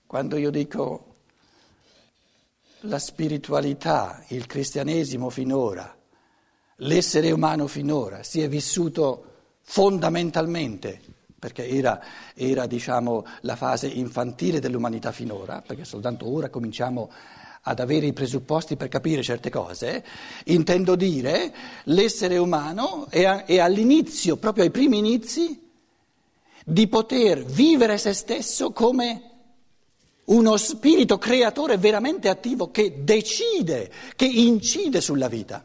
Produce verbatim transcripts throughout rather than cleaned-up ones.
Quando io dico la spiritualità, il cristianesimo finora, l'essere umano finora si è vissuto fondamentalmente, perché era, era diciamo, la fase infantile dell'umanità finora, perché soltanto ora cominciamo ad avere i presupposti per capire certe cose, intendo dire l'essere umano è, a, è all'inizio, proprio ai primi inizi, di poter vivere se stesso come uno spirito creatore veramente attivo che decide, che incide sulla vita.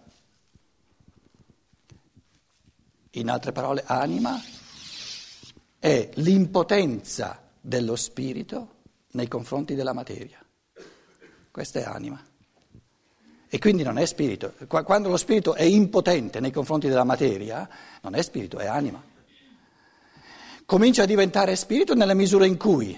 In altre parole, anima è l'impotenza dello spirito nei confronti della materia. Questa è anima. E quindi non è spirito. Quando lo spirito è impotente nei confronti della materia, non è spirito, è anima. Comincia a diventare spirito nella misura in cui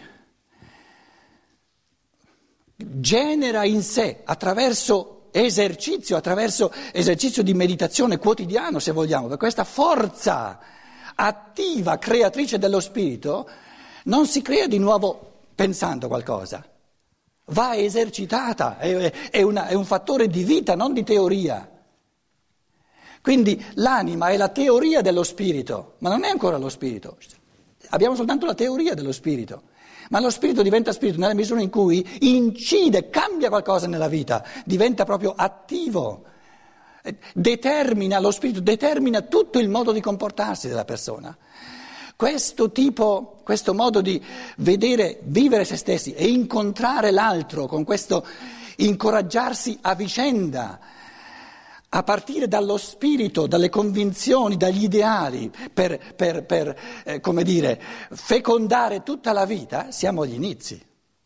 genera in sé, attraverso esercizio, attraverso esercizio di meditazione quotidiano, se vogliamo, per questa forza attiva, creatrice dello spirito, non si crea di nuovo pensando qualcosa, va esercitata, è, è, una, è un fattore di vita, non di teoria. Quindi l'anima è la teoria dello spirito, ma non è ancora lo spirito, abbiamo soltanto la teoria dello spirito. Ma lo spirito diventa spirito nella misura in cui incide, cambia qualcosa nella vita, diventa proprio attivo, determina, lo spirito determina tutto il modo di comportarsi della persona. Questo tipo, questo modo di vedere, vivere se stessi e incontrare l'altro con questo incoraggiarsi a vicenda, a partire dallo spirito, dalle convinzioni, dagli ideali, per, per, per eh, come dire, fecondare tutta la vita, siamo agli inizi.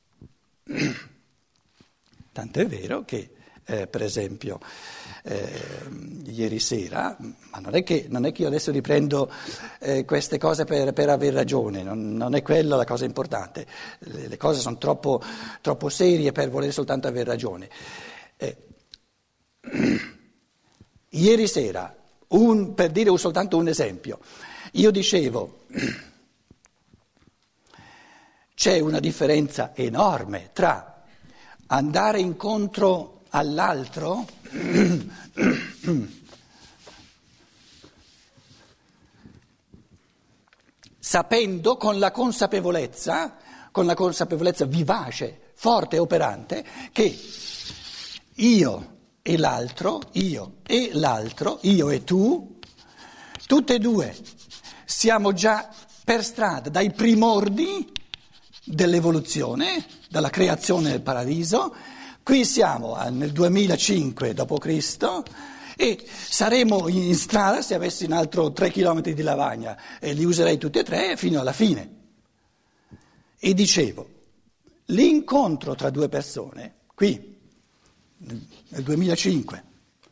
Tant'è vero che, eh, per esempio, eh, ieri sera, ma non è che, non è che io adesso riprendo eh, queste cose per, per aver ragione, non, non è quella la cosa importante, le, le cose sono troppo, troppo serie per voler soltanto aver ragione. Eh, Ieri sera, un, per dire soltanto un esempio, io dicevo, c'è una differenza enorme tra andare incontro all'altro sapendo con la consapevolezza, con la consapevolezza vivace, forte e operante, che io e l'altro, io e l'altro, io e tu, tutte e due siamo già per strada dai primordi dell'evoluzione, dalla creazione del paradiso. Qui siamo nel duemilacinque dopo Cristo e saremo in strada se avessi un altro tre chilometri di lavagna e li userei tutti e tre fino alla fine. E dicevo, l'incontro tra due persone, qui, nel duemilacinque,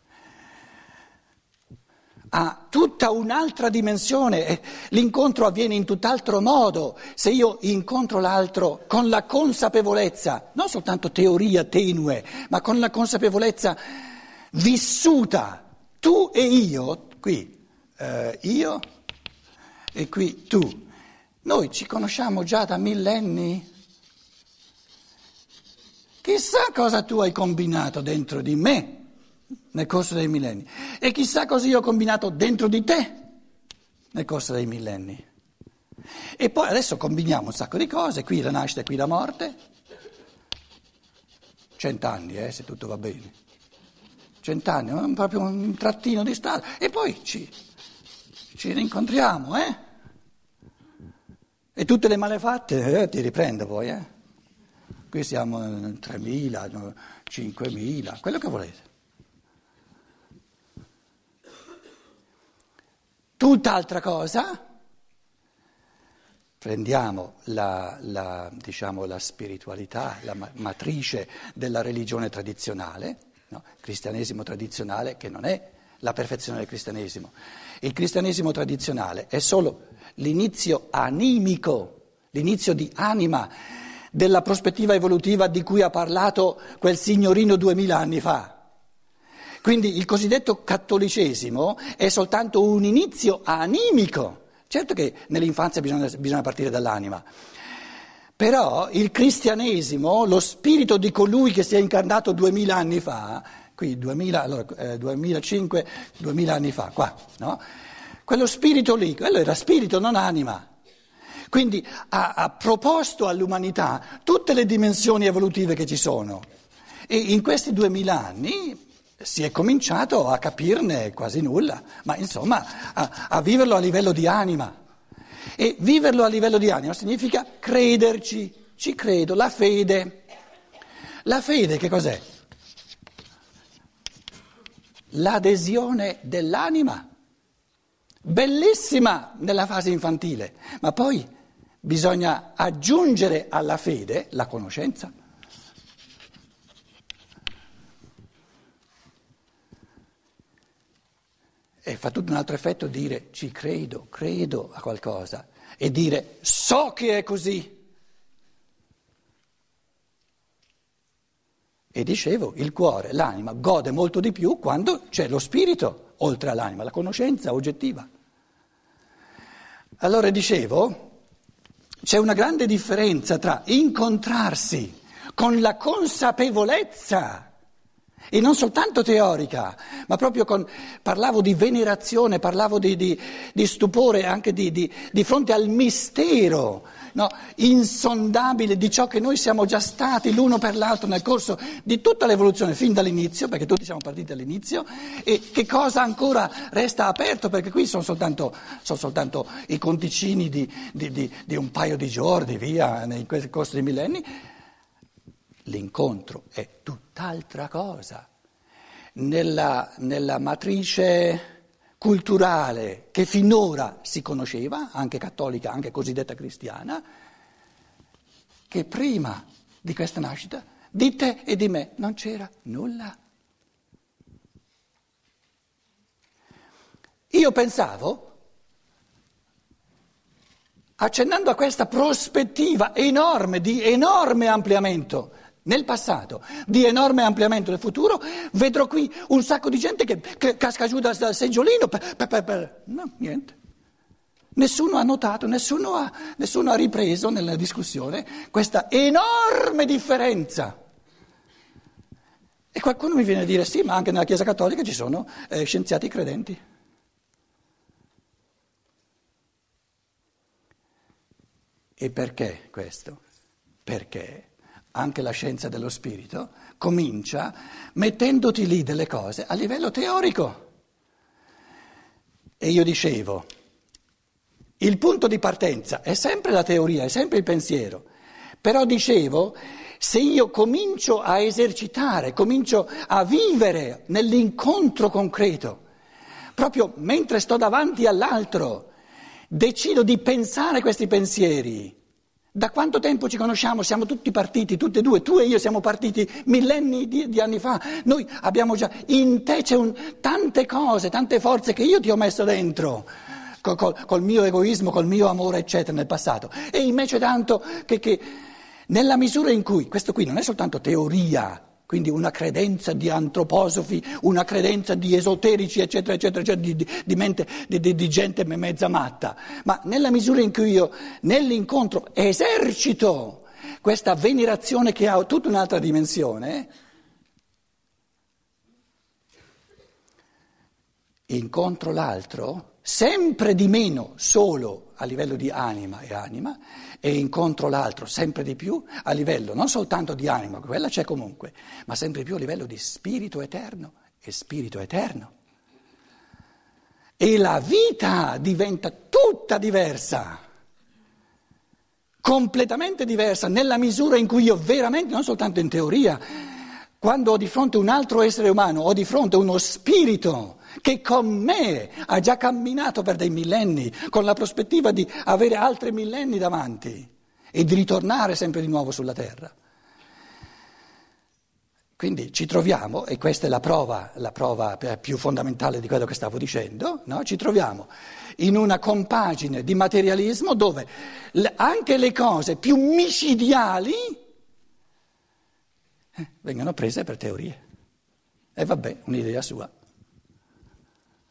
ha tutta un'altra dimensione, l'incontro avviene in tutt'altro modo, se io incontro l'altro con la consapevolezza, non soltanto teoria tenue, ma con la consapevolezza vissuta, tu e io, qui eh, io e qui tu, noi ci conosciamo già da millenni. Chissà cosa tu hai combinato dentro di me nel corso dei millenni e chissà cosa io ho combinato dentro di te nel corso dei millenni. E poi adesso combiniamo un sacco di cose, qui la nascita e qui la morte, cent'anni eh, se tutto va bene, cent'anni, proprio un trattino di strada e poi ci, ci rincontriamo eh? E tutte le malefatte eh, ti riprendo poi eh? Qui siamo tremila, cinquemila, quello che volete. Tutt'altra cosa, prendiamo la, la, diciamo, la spiritualità, la matrice della religione tradizionale, no? Il cristianesimo tradizionale che non è la perfezione del cristianesimo. Il cristianesimo tradizionale è solo l'inizio animico, l'inizio di anima, della prospettiva evolutiva di cui ha parlato quel signorino duemila anni fa. Quindi il cosiddetto cattolicesimo è soltanto un inizio animico. Certo che nell'infanzia bisogna, bisogna partire dall'anima, Però il cristianesimo, lo spirito di colui che si è incarnato duemila anni fa, qui duemila, allora, eh, duemilacinque, duemila anni fa, qua, no? Quello spirito lì, quello era spirito, non anima. Quindi ha, ha proposto all'umanità tutte le dimensioni evolutive che ci sono. E in questi duemila anni si è cominciato a capirne quasi nulla, ma insomma a, a viverlo a livello di anima. E viverlo a livello di anima significa crederci, ci credo, la fede. La fede che cos'è? L'adesione dell'anima, bellissima nella fase infantile, ma poi bisogna aggiungere alla fede la conoscenza. E fa tutto un altro effetto dire ci credo, credo a qualcosa e dire so che è così. E dicevo, il cuore, l'anima gode molto di più quando c'è lo spirito oltre all'anima, la conoscenza oggettiva. Allora dicevo, c'è una grande differenza tra incontrarsi con la consapevolezza e non soltanto teorica, ma proprio con, parlavo di venerazione, parlavo di, di, di stupore anche di, di, di fronte al mistero, no, insondabile di ciò che noi siamo già stati l'uno per l'altro nel corso di tutta l'evoluzione, fin dall'inizio, perché tutti siamo partiti dall'inizio, e che cosa ancora resta aperto, perché qui sono soltanto, sono soltanto i conticini di, di, di, di un paio di giorni, via, nel corso dei millenni. L'incontro è tutt'altra cosa. Nella, nella matrice culturale che finora si conosceva, anche cattolica, anche cosiddetta cristiana, che prima di questa nascita di te e di me non c'era nulla. Io pensavo, accennando a questa prospettiva enorme, di enorme ampliamento nel passato, di enorme ampliamento nel futuro, vedrò qui un sacco di gente che, che casca giù dal, dal seggiolino per, per, per, per... No, niente. Nessuno ha notato, nessuno ha, nessuno ha ripreso nella discussione questa enorme differenza. E qualcuno mi viene a dire sì, ma anche nella Chiesa Cattolica ci sono eh, scienziati credenti. E perché questo? Perché anche la scienza dello spirito comincia mettendoti lì delle cose a livello teorico. E io dicevo, il punto di partenza è sempre la teoria, è sempre il pensiero, però dicevo, se io comincio a esercitare, comincio a vivere nell'incontro concreto, proprio mentre sto davanti all'altro, decido di pensare questi pensieri. Da quanto tempo ci conosciamo? Siamo tutti partiti, tutti e due, tu e io siamo partiti millenni di, di anni fa. Noi abbiamo già, in te c'è un, tante cose, tante forze che io ti ho messo dentro, col, col, col mio egoismo, col mio amore, eccetera, nel passato. E in me c'è tanto che, che nella misura in cui, questo qui non è soltanto teoria, quindi una credenza di antroposofi, una credenza di esoterici, eccetera, eccetera, eccetera, di, di, di mente, di, di, di gente mezza matta. Ma nella misura in cui io, nell'incontro, esercito questa venerazione che ha tutta un'altra dimensione, incontro l'altro, sempre di meno solo a livello di anima e anima, e incontro l'altro sempre di più a livello non soltanto di anima, quella c'è comunque, ma sempre più a livello di spirito eterno e spirito eterno. E la vita diventa tutta diversa, completamente diversa, nella misura in cui io veramente, non soltanto in teoria, quando ho di fronte un altro essere umano, ho di fronte uno spirito che con me ha già camminato per dei millenni, con la prospettiva di avere altri millenni davanti e di ritornare sempre di nuovo sulla terra. Quindi ci troviamo, e questa è la prova, la prova più fondamentale di quello che stavo dicendo, no? Ci troviamo in una compagine di materialismo dove anche le cose più micidiali eh, vengono prese per teorie. E vabbè, un'idea sua.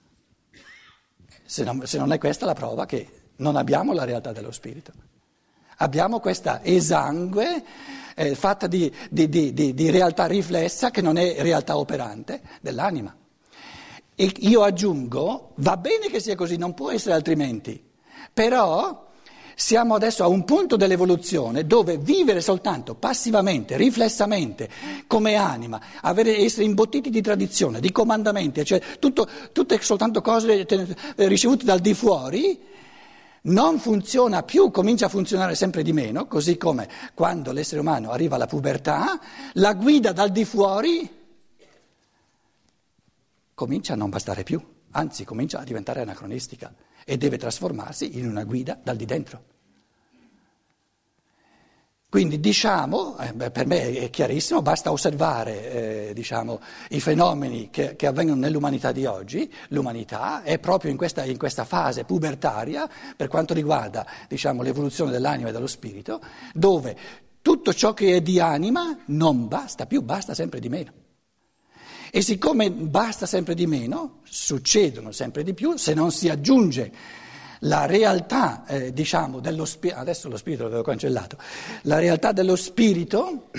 Se non, se non è questa la prova che non abbiamo la realtà dello spirito. Abbiamo questa esangue eh, fatta di, di, di, di, di realtà riflessa che non è realtà operante dell'anima. E io aggiungo, va bene che sia così, non può essere altrimenti, però siamo adesso a un punto dell'evoluzione dove vivere soltanto passivamente, riflessamente, come anima, avere, essere imbottiti di tradizione, di comandamenti, cioè tutto, tutte soltanto cose ricevute dal di fuori, non funziona più, comincia a funzionare sempre di meno, così come quando l'essere umano arriva alla pubertà, la guida dal di fuori comincia a non bastare più, anzi comincia a diventare anacronistica e deve trasformarsi in una guida dal di dentro. Quindi diciamo, eh, beh, per me è chiarissimo, basta osservare eh, diciamo, i fenomeni che, che avvengono nell'umanità di oggi. L'umanità è proprio in questa, in questa fase pubertaria per quanto riguarda diciamo, l'evoluzione dell'anima e dello spirito, dove tutto ciò che è di anima non basta più, basta sempre di meno. E siccome basta sempre di meno, succedono sempre di più, se non si aggiunge la realtà, eh, diciamo, dello spirito, adesso lo spirito l'avevo cancellato, la realtà dello spirito,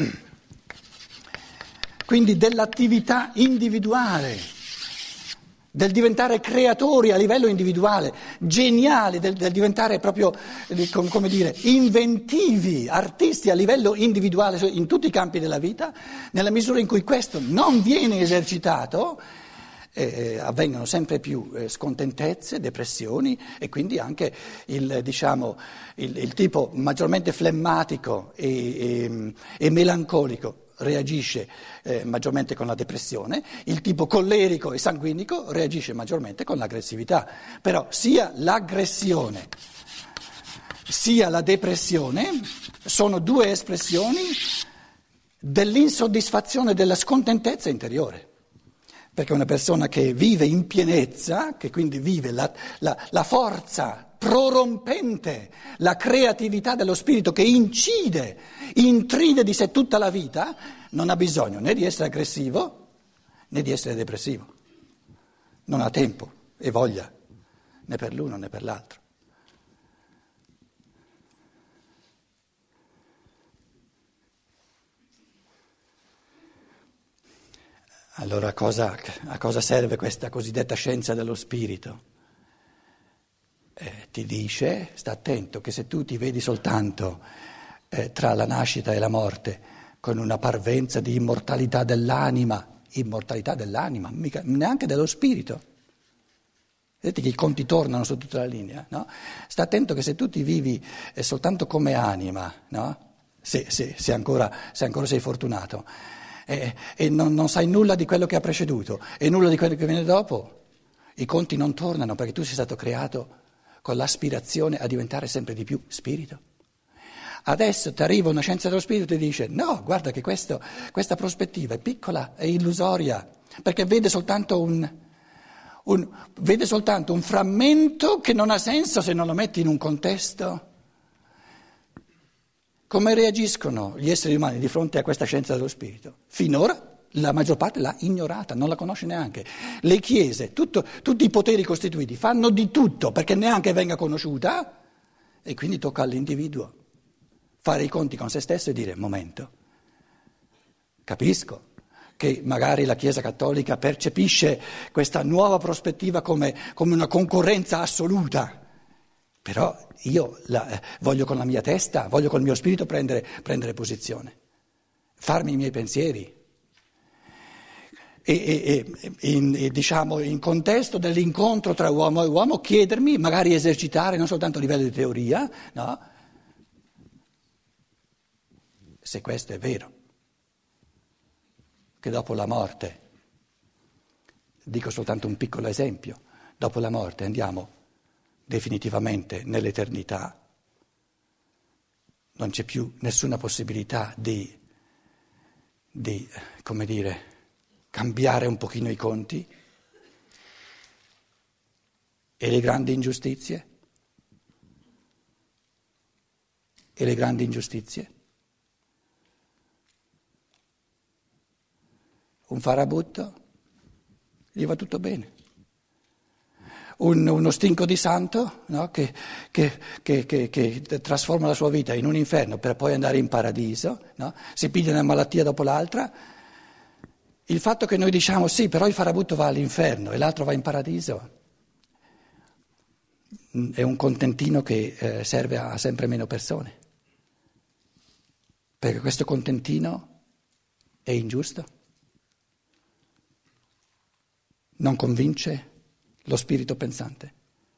quindi dell'attività individuale, del diventare creatori a livello individuale, geniali, del, del diventare proprio, come dire, inventivi, artisti a livello individuale in tutti i campi della vita, nella misura in cui questo non viene esercitato, eh, avvengono sempre più eh, scontentezze, depressioni e quindi anche il, diciamo, il, il tipo maggiormente flemmatico e, e, e melancolico reagisce eh, maggiormente con la depressione, il tipo collerico e sanguinico reagisce maggiormente con l'aggressività. Però sia l'aggressione sia la depressione sono due espressioni dell'insoddisfazione, della scontentezza interiore. Perché una persona che vive in pienezza, che quindi vive la, la, la forza prorompente, la creatività dello spirito che incide, intride di sé tutta la vita, non ha bisogno né di essere aggressivo né di essere depressivo. Non ha tempo e voglia né per l'uno né per l'altro. Allora cosa, a cosa serve questa cosiddetta scienza dello spirito? Eh, ti dice, sta attento, che se tu ti vedi soltanto eh, tra la nascita e la morte con una parvenza di immortalità dell'anima, immortalità dell'anima, mica, neanche dello spirito, vedete che i conti tornano su tutta la linea, no? Sta attento che se tu ti vivi eh, soltanto come anima, no? se, se, se, ancora, se ancora sei fortunato, e, e non, non sai nulla di quello che ha preceduto e nulla di quello che viene dopo, i conti non tornano perché tu sei stato creato con l'aspirazione a diventare sempre di più spirito. Adesso ti arriva una scienza dello spirito e ti dice no, guarda che questo, questa prospettiva è piccola, è illusoria, perché vede soltanto un, un, vede soltanto un frammento che non ha senso se non lo metti in un contesto. Come reagiscono gli esseri umani di fronte a questa scienza dello spirito? Finora la maggior parte l'ha ignorata, non la conosce neanche. Le chiese, tutto, tutti i poteri costituiti fanno di tutto perché neanche venga conosciuta e quindi tocca all'individuo fare i conti con se stesso e dire momento, capisco che magari la Chiesa Cattolica percepisce questa nuova prospettiva come, come una concorrenza assoluta, però io la, eh, voglio con la mia testa, voglio col mio spirito prendere, prendere posizione, farmi i miei pensieri. E, e, e, in, e diciamo in contesto dell'incontro tra uomo e uomo chiedermi, magari esercitare non soltanto a livello di teoria, no? Se questo è vero, che dopo la morte, dico soltanto un piccolo esempio, dopo la morte andiamo definitivamente nell'eternità, non c'è più nessuna possibilità di, di come dire, cambiare un pochino i conti e le grandi ingiustizie e le grandi ingiustizie. Un farabutto gli va tutto bene. un, uno stinco di santo, no? che, che, che, che, che trasforma la sua vita in un inferno per poi andare in paradiso, no? Si piglia una malattia dopo l'altra. Il fatto che noi diciamo sì, però il farabutto va all'inferno e l'altro va in paradiso, è un contentino che eh, serve a sempre meno persone, perché questo contentino è ingiusto, non convince lo spirito pensante.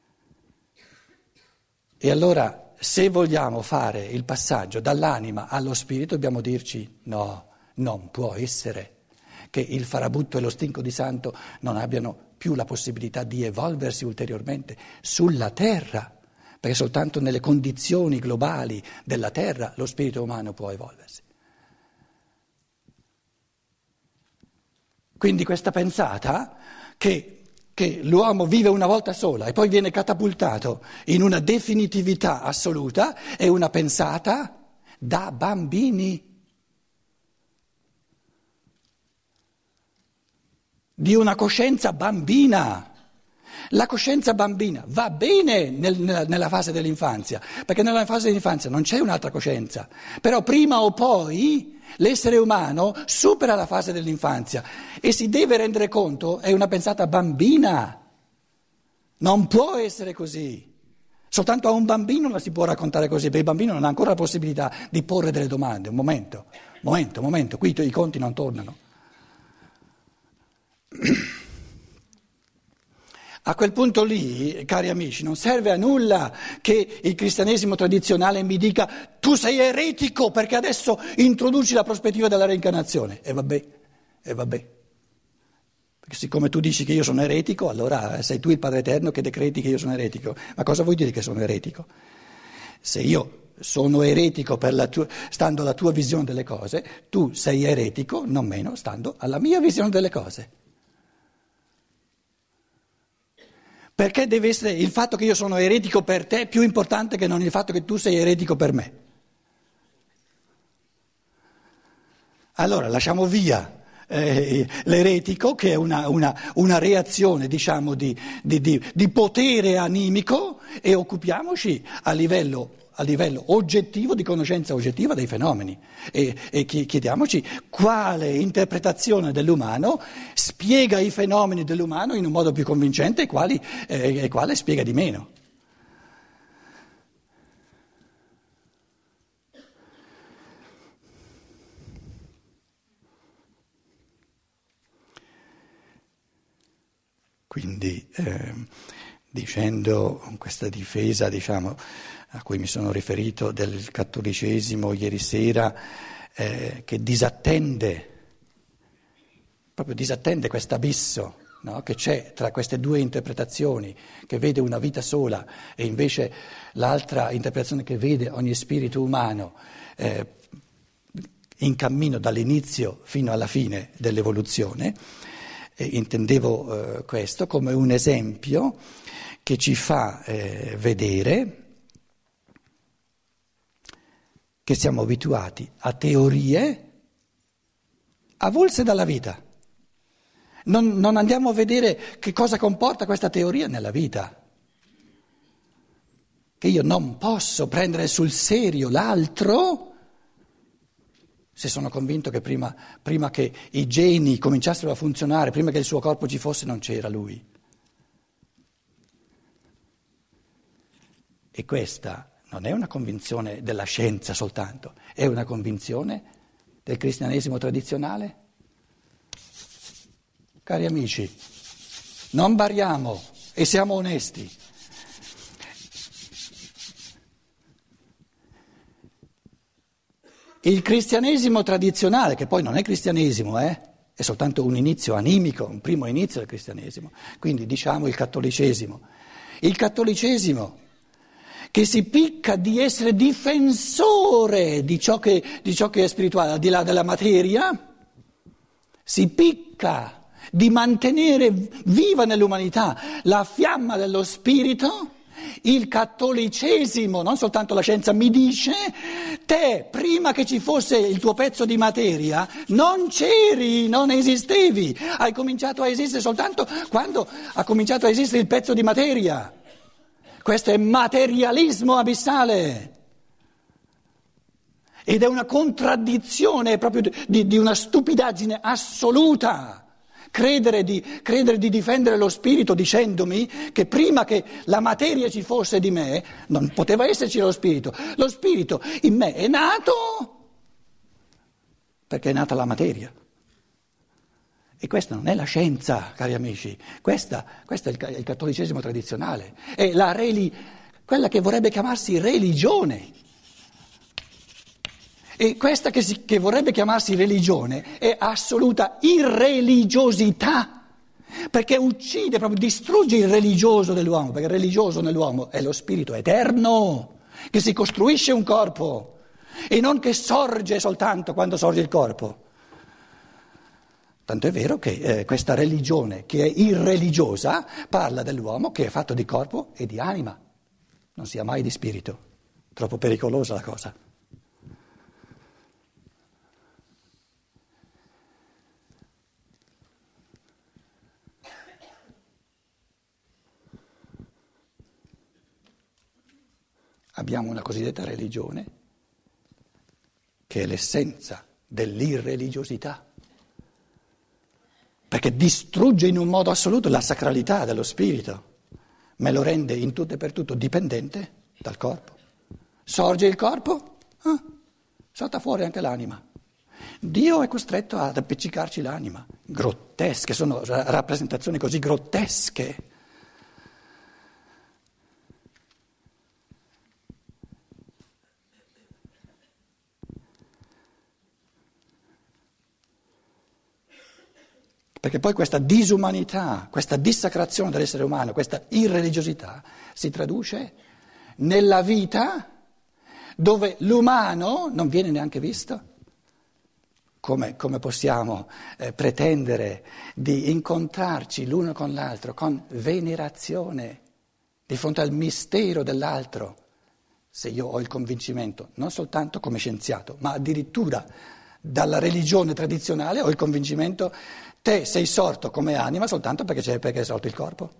E allora, se vogliamo fare il passaggio dall'anima allo spirito, dobbiamo dirci no, non può essere che il farabutto e lo stinco di santo non abbiano più la possibilità di evolversi ulteriormente sulla terra, perché soltanto nelle condizioni globali della terra lo spirito umano può evolversi. Quindi questa pensata che, che l'uomo vive una volta sola e poi viene catapultato in una definitività assoluta è una pensata da bambini. Di una coscienza bambina. La coscienza bambina va bene nel, nella, nella fase dell'infanzia, perché nella fase dell'infanzia non c'è un'altra coscienza, però prima o poi l'essere umano supera la fase dell'infanzia e si deve rendere conto, è una pensata bambina, non può essere così. Soltanto a un bambino la si può raccontare così, perché il bambino non ha ancora la possibilità di porre delle domande. Un momento, momento, momento, qui i conti non tornano. A quel punto lì, cari amici, non serve a nulla che il cristianesimo tradizionale mi dica tu sei eretico perché adesso introduci la prospettiva della reincarnazione. E vabbè, e vabbè. Perché siccome tu dici che io sono eretico, allora sei tu il Padre Eterno che decreti che io sono eretico. Ma cosa vuoi dire che sono eretico? Se io sono eretico per la tua, stando alla tua visione delle cose, tu sei eretico non meno stando alla mia visione delle cose. Perché deve essere il fatto che io sono eretico per te più importante che non il fatto che tu sei eretico per me? Allora lasciamo via eh, l'eretico, che è una, una, una reazione, diciamo, di, di, di, di potere animico, e occupiamoci a livello, a livello oggettivo, di conoscenza oggettiva dei fenomeni. E, e chiediamoci quale interpretazione dell'umano spiega i fenomeni dell'umano in un modo più convincente e, quali, eh, e quale spiega di meno. Quindi eh, dicendo questa difesa, diciamo, a cui mi sono riferito del cattolicesimo ieri sera, eh, che disattende, proprio disattende questo abisso, no, che c'è tra queste due interpretazioni, che vede una vita sola e invece l'altra interpretazione che vede ogni spirito umano eh, in cammino dall'inizio fino alla fine dell'evoluzione. E intendevo eh, questo come un esempio che ci fa eh, vedere che siamo abituati a teorie avulse dalla vita. Non, non andiamo a vedere che cosa comporta questa teoria nella vita. Che io non posso prendere sul serio l'altro se sono convinto che prima, prima che i geni cominciassero a funzionare, prima che il suo corpo ci fosse, non c'era lui. E questa non è una convinzione della scienza soltanto, è una convinzione del cristianesimo tradizionale. Cari amici, non bariamo e siamo onesti. Il cristianesimo tradizionale, che poi non è cristianesimo, eh, è soltanto un inizio animico, un primo inizio del cristianesimo, quindi diciamo il cattolicesimo. Il cattolicesimo che si picca di essere difensore di ciò che, di ciò che è spirituale, al di là della materia, si picca di mantenere viva nell'umanità la fiamma dello spirito Il cattolicesimo, non soltanto la scienza, mi dice, te prima che ci fosse il tuo pezzo di materia non c'eri, non esistevi, hai cominciato a esistere soltanto quando ha cominciato a esistere il pezzo di materia. Questo è materialismo abissale ed è una contraddizione proprio di, di una stupidaggine assoluta. Credere di, credere di difendere lo spirito dicendomi che prima che la materia ci fosse di me non poteva esserci lo spirito. Lo spirito in me è nato perché è nata la materia. E questa non è la scienza, cari amici, questa, questo è il, il cattolicesimo tradizionale, è la reli, quella che vorrebbe chiamarsi religione. E questa che, si, che vorrebbe chiamarsi religione è assoluta irreligiosità, perché uccide, proprio distrugge il religioso dell'uomo, perché il religioso nell'uomo è lo spirito eterno, che si costruisce un corpo e non che sorge soltanto quando sorge il corpo. Tanto è vero che eh, questa religione, che è irreligiosa, parla dell'uomo che è fatto di corpo e di anima, non sia mai di spirito. Troppo pericolosa la cosa. Abbiamo una cosiddetta religione che è l'essenza dell'irreligiosità, perché distrugge in un modo assoluto la sacralità dello spirito, me lo rende in tutto e per tutto dipendente dal corpo. Sorge il corpo, ah, salta fuori anche l'anima. Dio è costretto ad appiccicarci l'anima. Grottesche, sono rappresentazioni così grottesche. Perché poi questa disumanità, questa dissacrazione dell'essere umano, questa irreligiosità si traduce nella vita dove l'umano non viene neanche visto. Come, come possiamo eh, pretendere di incontrarci l'uno con l'altro con venerazione di fronte al mistero dell'altro, se io ho il convincimento, non soltanto come scienziato, ma addirittura dalla religione tradizionale ho il convincimento te sei sorto come anima soltanto perché c'è perché è sorto il corpo.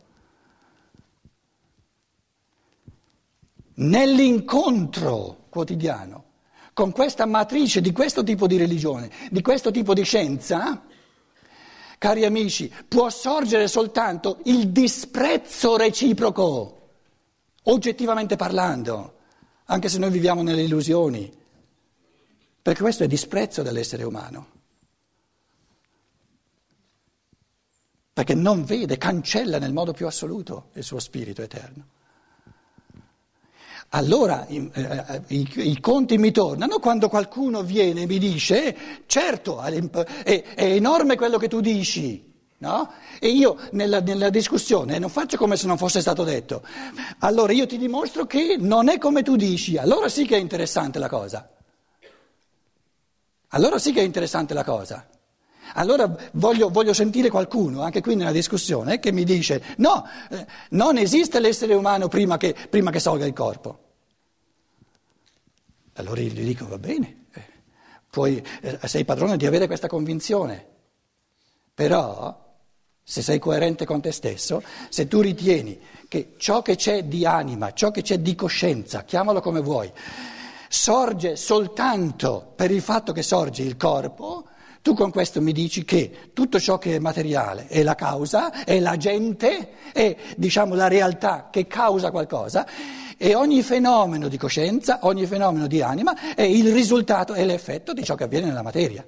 Nell'incontro quotidiano con questa matrice di questo tipo di religione, di questo tipo di scienza, cari amici, può sorgere soltanto il disprezzo reciproco, oggettivamente parlando, anche se noi viviamo nelle illusioni, perché questo è disprezzo dell'essere umano. Perché non vede, cancella nel modo più assoluto il suo spirito eterno. Allora i, eh, i, i conti mi tornano quando qualcuno viene e mi dice, certo, è, è enorme quello che tu dici, no? E io nella, nella discussione non faccio come se non fosse stato detto. Allora io ti dimostro che non è come tu dici, allora sì che è interessante la cosa. Allora sì che è interessante la cosa. Allora voglio, voglio sentire qualcuno, anche qui nella discussione, che mi dice no, eh, non esiste l'essere umano prima che, prima che salga il corpo. Allora io gli dico va bene, eh, puoi, eh, sei padrone di avere questa convinzione, però se sei coerente con te stesso, se tu ritieni che ciò che c'è di anima, ciò che c'è di coscienza, chiamalo come vuoi, sorge soltanto per il fatto che sorge il corpo, tu con questo mi dici che tutto ciò che è materiale è la causa, è l'agente, è diciamo la realtà che causa qualcosa e ogni fenomeno di coscienza, ogni fenomeno di anima è il risultato, è l'effetto di ciò che avviene nella materia.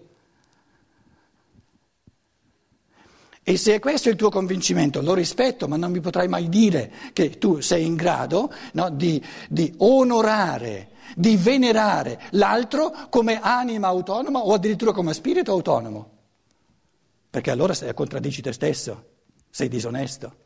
E se questo è il tuo convincimento, lo rispetto, ma non mi potrai mai dire che tu sei in grado, no, di, di onorare, di venerare l'altro come anima autonoma o addirittura come spirito autonomo, perché allora contraddici te stesso, sei disonesto.